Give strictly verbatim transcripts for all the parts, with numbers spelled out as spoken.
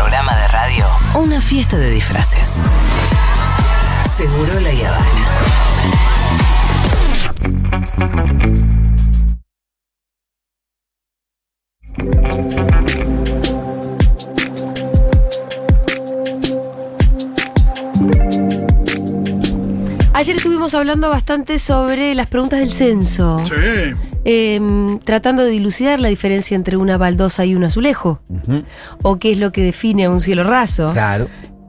programa de radio o una fiesta de disfraces. Seguro La Habana. Ayer estuvimos hablando bastante sobre las preguntas del censo. Sí. Eh, tratando de dilucidar la diferencia entre una baldosa y un azulejo. Uh-huh. O qué es lo que define a un cielo raso. Claro.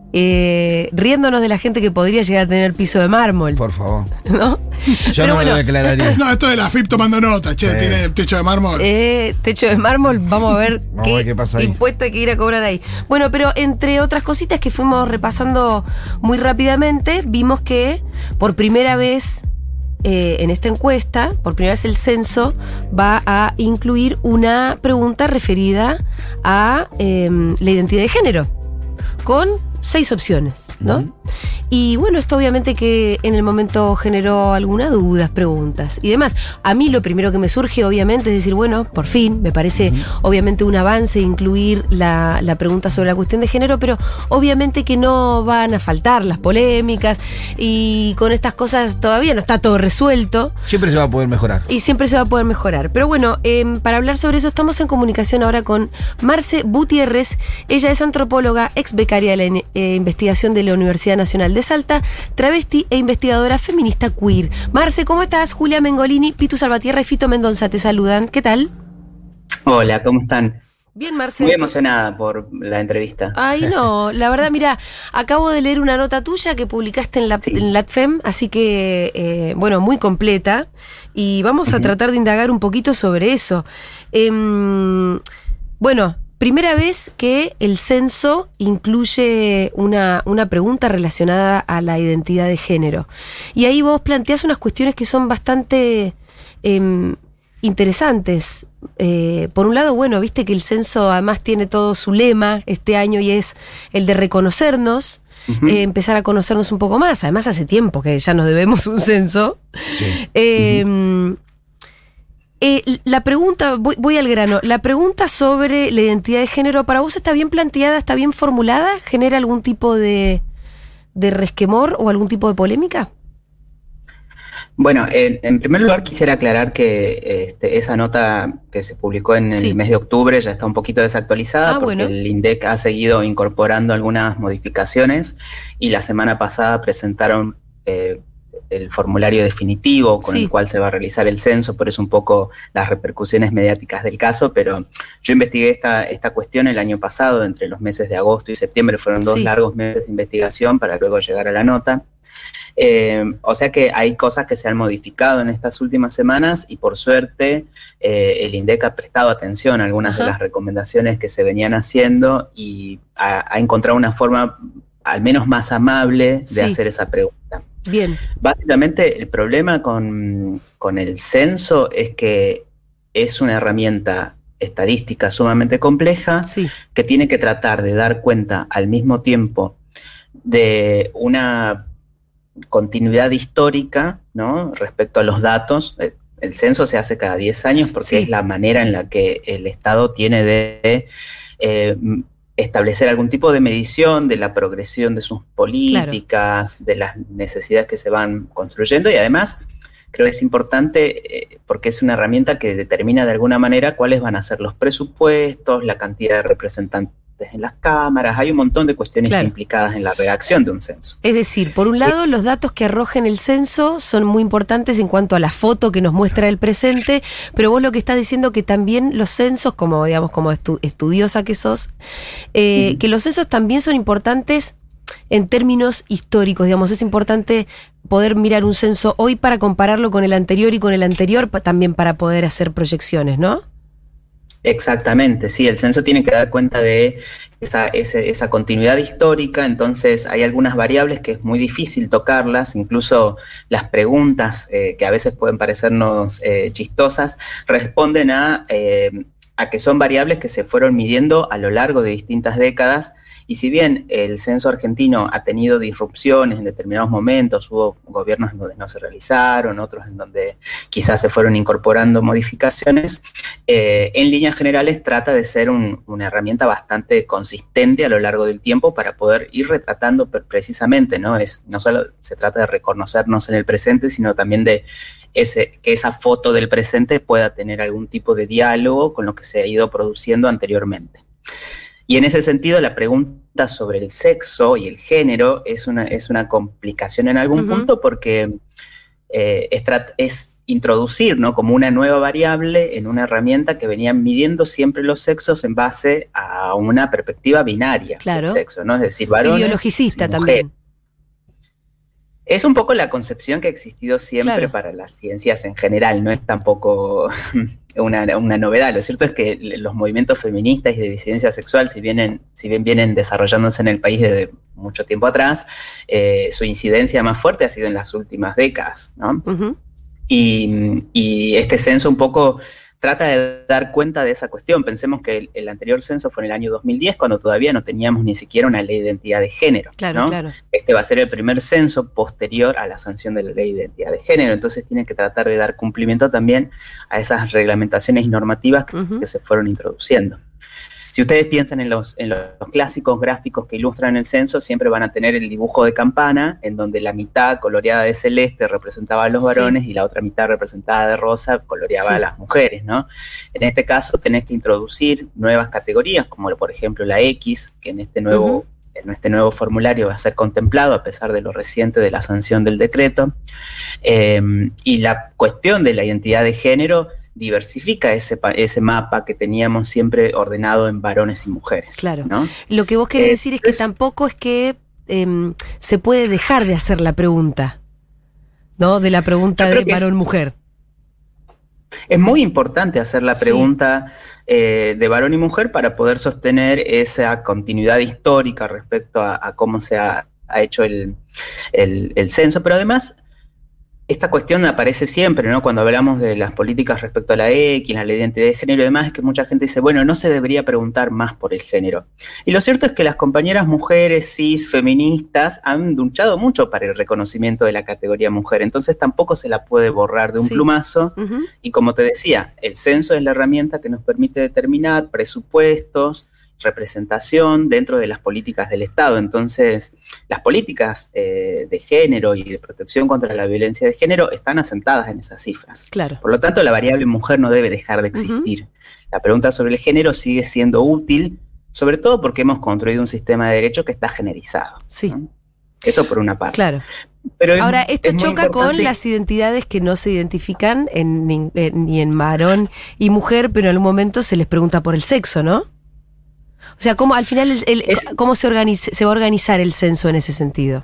Eh, riéndonos de la gente que podría llegar a tener piso de mármol. Por favor. ¿No? Yo Pero no bueno, lo declararía. No, esto de la F I P tomando nota, che, Sí. tiene techo de mármol. Eh, techo de mármol, vamos a ver Vamos a qué, ver qué pasa ahí. impuesto hay que ir a cobrar ahí. Bueno, pero entre otras cositas que fuimos repasando muy rápidamente, vimos que por primera vez eh, en esta encuesta, por primera vez el censo va a incluir una pregunta referida a eh, la identidad de género, con seis opciones, ¿no? Uh-huh. Y bueno, esto obviamente que en el momento generó algunas dudas, preguntas y demás. A mí lo primero que me surge obviamente es decir, bueno, por fin, me parece uh-huh. obviamente un avance incluir la, la pregunta sobre la cuestión de género, pero obviamente que no van a faltar las polémicas y con estas cosas todavía no está todo resuelto. Siempre se va a poder mejorar. Y siempre se va a poder mejorar. Pero bueno, eh, para hablar sobre eso estamos en comunicación ahora con Marce Gutiérrez. Ella es antropóloga, ex becaria de la eh, investigación de la Universidad Nacional de Salta, travesti e investigadora feminista queer. Marce, ¿cómo estás? Julia Mengolini, Pitu Salvatierra y Fito Mendonza te saludan. ¿Qué tal? Hola, ¿cómo están? Bien, Marce. Muy emocionada por la entrevista. Ay, no, la verdad, mira, acabo de leer una nota tuya que publicaste en la Sí. en LatFem, así que, eh, bueno, muy completa, y vamos a Uh-huh. tratar de indagar un poquito sobre eso. Em, bueno, primera vez que el censo incluye una, una pregunta relacionada a la identidad de género. Y ahí vos planteás unas cuestiones que son bastante em, interesantes. Eh, por un lado, bueno, viste que el censo además tiene todo su lema este año y es el de reconocernos, Uh-huh. eh, empezar a conocernos un poco más. Además, hace tiempo que ya nos debemos un censo. Sí. Eh, uh-huh. eh, la pregunta, voy, voy al grano, la pregunta sobre la identidad de género, ¿para vos está bien planteada, está bien formulada? ¿Genera algún tipo de, de resquemor o algún tipo de polémica? Bueno, en, en primer lugar quisiera aclarar que este, esa nota que se publicó en el Sí. mes de octubre ya está un poquito desactualizada Ah, porque bueno. el INDEC ha seguido incorporando algunas modificaciones y la semana pasada presentaron eh, el formulario definitivo con Sí. el cual se va a realizar el censo, por eso un poco las repercusiones mediáticas del caso, pero yo investigué esta, esta cuestión el año pasado, entre los meses de agosto y septiembre, fueron dos Sí. largos meses de investigación para luego llegar a la nota. Eh, o sea que hay cosas que se han modificado en estas últimas semanas y por suerte eh, el INDEC ha prestado atención a algunas Ajá. de las recomendaciones que se venían haciendo y ha, ha encontrado una forma al menos más amable de Sí. hacer esa pregunta. Bien. Básicamente el problema con, con el censo es que es una herramienta estadística sumamente compleja Sí. que tiene que tratar de dar cuenta al mismo tiempo de una continuidad histórica, ¿no? Respecto a los datos. El censo se hace cada diez años porque Sí. es la manera en la que el Estado tiene de eh, establecer algún tipo de medición de la progresión de sus políticas, claro. de las necesidades que se van construyendo y además creo que es importante eh, porque es una herramienta que determina de alguna manera cuáles van a ser los presupuestos, la cantidad de representantes en las cámaras, hay un montón de cuestiones claro. implicadas en la redacción de un censo. Es decir, por un lado, los datos que arrojen el censo son muy importantes en cuanto a la foto que nos muestra el presente, pero vos lo que estás diciendo que también los censos, como digamos, como estu- estudiosa que sos, eh, uh-huh. que los censos también son importantes en términos históricos, digamos, es importante poder mirar un censo hoy para compararlo con el anterior y con el anterior pa- también para poder hacer proyecciones, ¿no? Exactamente, sí, el censo tiene que dar cuenta de esa, esa, esa continuidad histórica, entonces hay algunas variables que es muy difícil tocarlas, incluso las preguntas eh, que a veces pueden parecernos eh, chistosas, responden a eh, a que son variables que se fueron midiendo a lo largo de distintas décadas. Y si bien el censo argentino ha tenido disrupciones en determinados momentos, hubo gobiernos en donde no se realizaron, otros en donde quizás se fueron incorporando modificaciones, eh, en líneas generales trata de ser un, una herramienta bastante consistente a lo largo del tiempo para poder ir retratando precisamente, ¿no? Es, no solo se trata de reconocernos en el presente, sino también de ese, que esa foto del presente pueda tener algún tipo de diálogo con lo que se ha ido produciendo anteriormente. Y en ese sentido, la pregunta sobre el sexo y el género es una, es una complicación en algún uh-huh. punto porque eh, es, es introducir, ¿no?, como una nueva variable en una herramienta que venían midiendo siempre los sexos en base a una perspectiva binaria claro. del sexo, ¿no? Es decir, varones y biologicista y también. Es un poco la concepción que ha existido siempre claro. para las ciencias en general, no es tampoco una, una novedad. Lo cierto es que los movimientos feministas y de disidencia sexual, si, vienen, si bien vienen desarrollándose en el país desde mucho tiempo atrás, eh, su incidencia más fuerte ha sido en las últimas décadas, ¿no? Uh-huh. Y, y este censo un poco trata de dar cuenta de esa cuestión. Pensemos que el, el anterior censo fue en el año dos mil diez, cuando todavía no teníamos ni siquiera una ley de identidad de género, claro, ¿no? Claro. Este va a ser el primer censo posterior a la sanción de la ley de identidad de género, entonces tiene que tratar de dar cumplimiento también a esas reglamentaciones y normativas que, uh-huh. que se fueron introduciendo. Si ustedes piensan en los, en los clásicos gráficos que ilustran el censo, siempre van a tener el dibujo de campana, en donde la mitad coloreada de celeste representaba a los varones sí. y la otra mitad representada de rosa coloreaba sí. a las mujeres, ¿no? En este caso tenés que introducir nuevas categorías, como por ejemplo la X, que en este nuevo, uh-huh. en este nuevo formulario va a ser contemplado a pesar de lo reciente de la sanción del decreto. Eh, y la cuestión de la identidad de género diversifica ese, ese mapa que teníamos siempre ordenado en varones y mujeres. Claro. ¿no? Lo que vos querés eh, decir es que es, tampoco es que eh, se puede dejar de hacer la pregunta, ¿no? De la pregunta de varón-mujer. Es, es muy importante hacer la pregunta sí. eh, de varón y mujer para poder sostener esa continuidad histórica respecto a, a cómo se ha, ha hecho el, el, el censo, pero además esta cuestión aparece siempre, ¿no? Cuando hablamos de las políticas respecto a la X, la ley de identidad de género y demás, es que mucha gente dice, bueno, no se debería preguntar más por el género. Y lo cierto es que las compañeras mujeres, cis, feministas, han luchado mucho para el reconocimiento de la categoría mujer, entonces tampoco se la puede borrar de un sí. plumazo. Uh-huh. Y como te decía, el censo es la herramienta que nos permite determinar presupuestos, representación dentro de las políticas del Estado. Entonces, las políticas eh, de género y de protección contra la violencia de género están asentadas en esas cifras. Claro. Por lo tanto, la variable mujer no debe dejar de existir. Uh-huh. La pregunta sobre el género sigue siendo útil, sobre todo porque hemos construido un sistema de derecho que está generalizado. Sí. ¿no? Eso por una parte. Claro. Pero Ahora, es, esto es choca con las identidades que no se identifican en, ni, en, ni en varón y mujer, pero en algún momento se les pregunta por el sexo, ¿no? O sea, ¿cómo al final el, el, es, cómo se, organiza, se va a organizar el censo en ese sentido?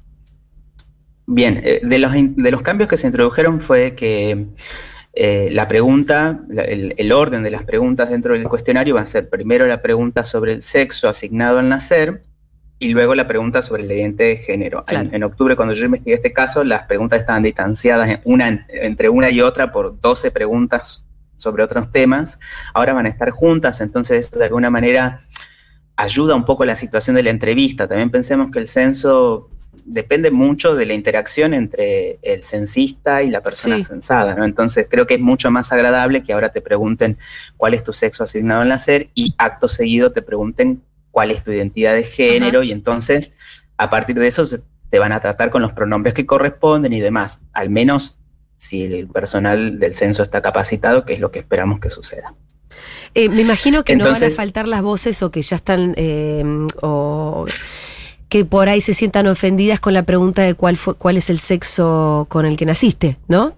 Bien, eh, de, los, de los cambios que se introdujeron fue que eh, la pregunta, la, el, el orden de las preguntas dentro del cuestionario va a ser primero la pregunta sobre el sexo asignado al nacer y luego la pregunta sobre la identidad de género. Claro. En, en octubre, cuando yo investigué este caso, las preguntas estaban distanciadas en una, entre una y otra por doce preguntas sobre otros temas. Ahora van a estar juntas, entonces esto de alguna manera ayuda un poco a la situación de la entrevista. También pensemos que el censo depende mucho de la interacción entre el censista y la persona sí. censada, ¿no? Entonces creo que es mucho más agradable que ahora te pregunten cuál es tu sexo asignado al nacer y acto seguido te pregunten cuál es tu identidad de género. Ajá. Y entonces a partir de eso te van a tratar con los pronombres que corresponden y demás, al menos si el personal del censo está capacitado, que es lo que esperamos que suceda. Eh, me imagino que Entonces, no van a faltar las voces o que ya están, eh, o que por ahí se sientan ofendidas con la pregunta de cuál fue, cuál es el sexo con el que naciste, ¿no?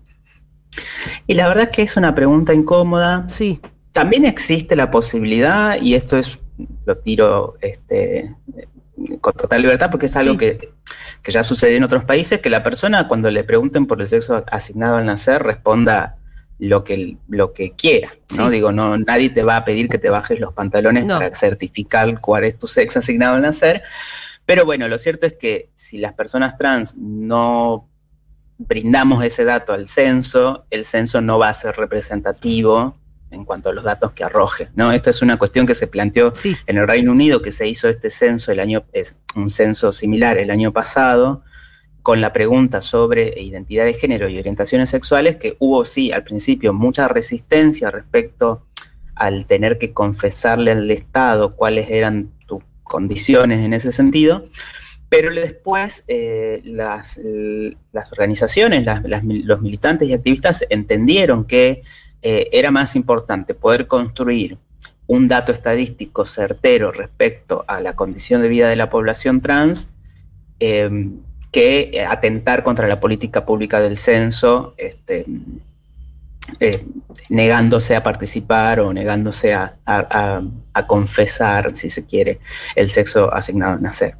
Y la verdad es que es una pregunta incómoda. Sí. También existe la posibilidad, y esto es, lo tiro este, con total libertad, porque es algo sí. que, que ya sucedió en otros países, que la persona cuando le pregunten por el sexo asignado al nacer responda lo que, lo que quiera, ¿no? Sí. Digo, no, nadie te va a pedir que te bajes los pantalones no. para certificar cuál es tu sexo asignado al nacer, pero bueno, lo cierto es que si las personas trans no brindamos ese dato al censo, el censo no va a ser representativo en cuanto a los datos que arroje, ¿no? Esto es una cuestión que se planteó sí. en el Reino Unido, que se hizo este censo el año, es un censo similar el año pasado, con la pregunta sobre identidad de género y orientaciones sexuales, que hubo sí al principio mucha resistencia respecto al tener que confesarle al Estado cuáles eran tus condiciones en ese sentido, pero después eh, las, las organizaciones, las, las, los militantes y activistas entendieron que eh, era más importante poder construir un dato estadístico certero respecto a la condición de vida de la población trans, eh, que atentar contra la política pública del censo, este, eh, negándose a participar o negándose a, a, a confesar, si se quiere, el sexo asignado a nacer.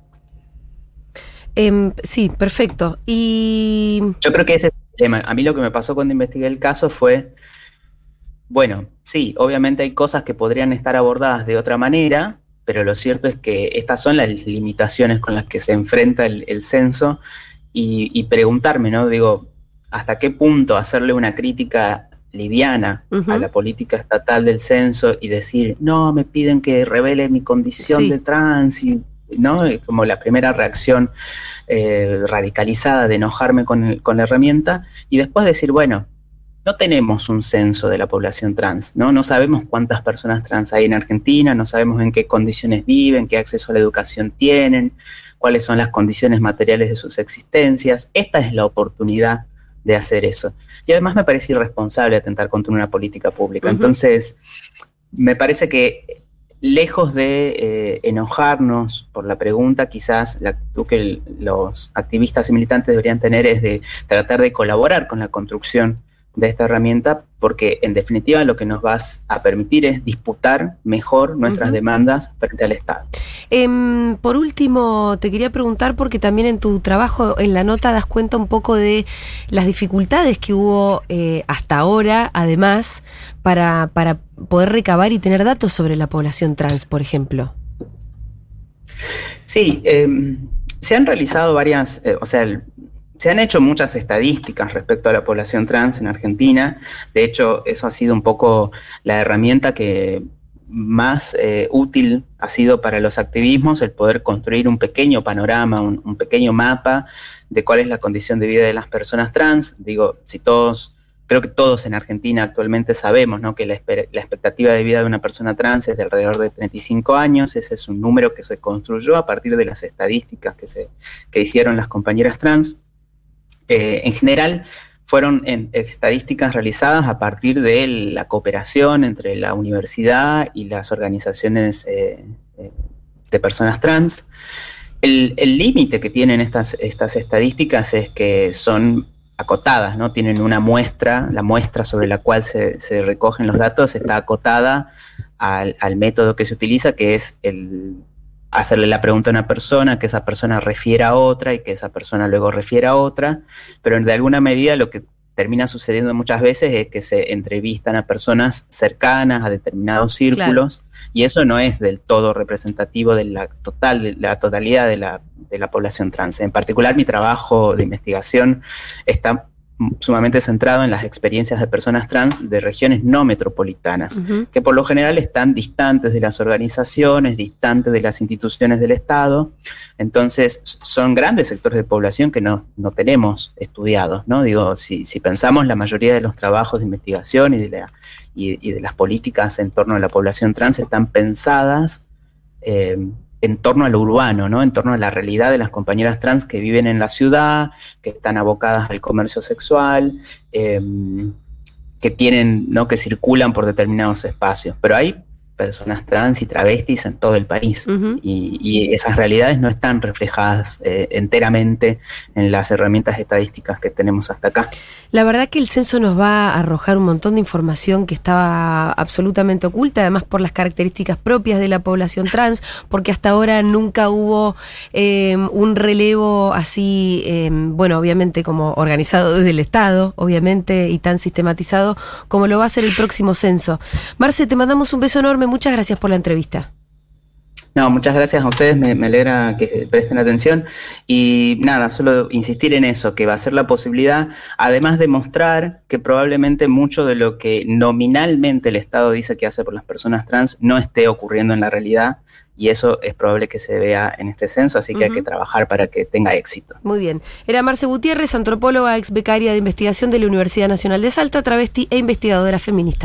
Eh, sí, perfecto. Y yo creo que ese es el tema. A mí lo que me pasó cuando investigué el caso fue, bueno, sí, obviamente hay cosas que podrían estar abordadas de otra manera, pero lo cierto es que estas son las limitaciones con las que se enfrenta el, el censo y, y preguntarme, ¿no? Digo, ¿hasta qué punto hacerle una crítica liviana uh-huh. a la política estatal del censo y decir, no, me piden que revele mi condición sí. de trans, y, ¿no? Como la primera reacción eh, radicalizada de enojarme con, el, con la herramienta, y después decir, bueno, no tenemos un censo de la población trans, ¿no? No sabemos cuántas personas trans hay en Argentina, no sabemos en qué condiciones viven, qué acceso a la educación tienen, cuáles son las condiciones materiales de sus existencias. Esta es la oportunidad de hacer eso. Y además me parece irresponsable atentar contra una política pública. Uh-huh. Entonces, me parece que lejos de eh, enojarnos por la pregunta, quizás la actitud que el, los activistas y militantes deberían tener es de tratar de colaborar con la construcción de esta herramienta, porque en definitiva lo que nos va a permitir es disputar mejor nuestras uh-huh. demandas frente al Estado. Eh, por último, te quería preguntar, porque también en tu trabajo, en la nota, das cuenta un poco de las dificultades que hubo eh, hasta ahora, además, para, para poder recabar y tener datos sobre la población trans, por ejemplo. Sí, eh, se han realizado varias, eh, o sea, el, se han hecho muchas estadísticas respecto a la población trans en Argentina. De hecho, eso ha sido un poco la herramienta que más eh, útil ha sido para los activismos, el poder construir un pequeño panorama, un, un pequeño mapa de cuál es la condición de vida de las personas trans. Digo, si todos, creo que todos en Argentina actualmente sabemos, ¿no?, que la, la expectativa de vida de una persona trans es de alrededor de treinta y cinco años. Ese es un número que se construyó a partir de las estadísticas que, se, que hicieron las compañeras trans. Eh, en general, fueron en estadísticas realizadas a partir de la cooperación entre la universidad y las organizaciones eh, eh, de personas trans. El límite que tienen estas, estas estadísticas es que son acotadas, ¿no? Tienen una muestra, la muestra sobre la cual se, se recogen los datos está acotada al, al método que se utiliza, que es el hacerle la pregunta a una persona, que esa persona refiera a otra y que esa persona luego refiera a otra, pero de alguna medida lo que termina sucediendo muchas veces es que se entrevistan a personas cercanas a determinados círculos, claro. Y eso no es del todo representativo de la total, de la totalidad de la, de la población trans. En particular, mi trabajo de investigación está sumamente centrado en las experiencias de personas trans de regiones no metropolitanas, uh-huh. que por lo general están distantes de las organizaciones, distantes de las instituciones del Estado. Entonces son grandes sectores de población que no, no tenemos estudiados, ¿no? Digo, si, si pensamos, la mayoría de los trabajos de investigación y de, la, y, y de las políticas en torno a la población trans están pensadas eh, en torno a lo urbano, ¿no? En torno a la realidad de las compañeras trans que viven en la ciudad, que están abocadas al comercio sexual, eh, que tienen, ¿no?, que circulan por determinados espacios. Pero hay personas trans y travestis en todo el país, uh-huh. y, y esas realidades no están reflejadas eh, enteramente en las herramientas estadísticas que tenemos hasta acá. La verdad que el censo nos va a arrojar un montón de información que estaba absolutamente oculta, además por las características propias de la población trans, porque hasta ahora nunca hubo eh, un relevo así, eh, bueno, obviamente como organizado desde el Estado, obviamente, y tan sistematizado como lo va a ser el próximo censo. Marce, te mandamos un beso enorme, muchas gracias por la entrevista. No, muchas gracias a ustedes, me, me alegra que presten atención y nada, solo insistir en eso, que va a ser la posibilidad, además de mostrar que probablemente mucho de lo que nominalmente el Estado dice que hace por las personas trans no esté ocurriendo en la realidad, y eso es probable que se vea en este censo, así que uh-huh. hay que trabajar para que tenga éxito. Muy bien. Era Marce Gutiérrez, antropóloga, ex becaria de investigación de la Universidad Nacional de Salta, travesti e investigadora feminista.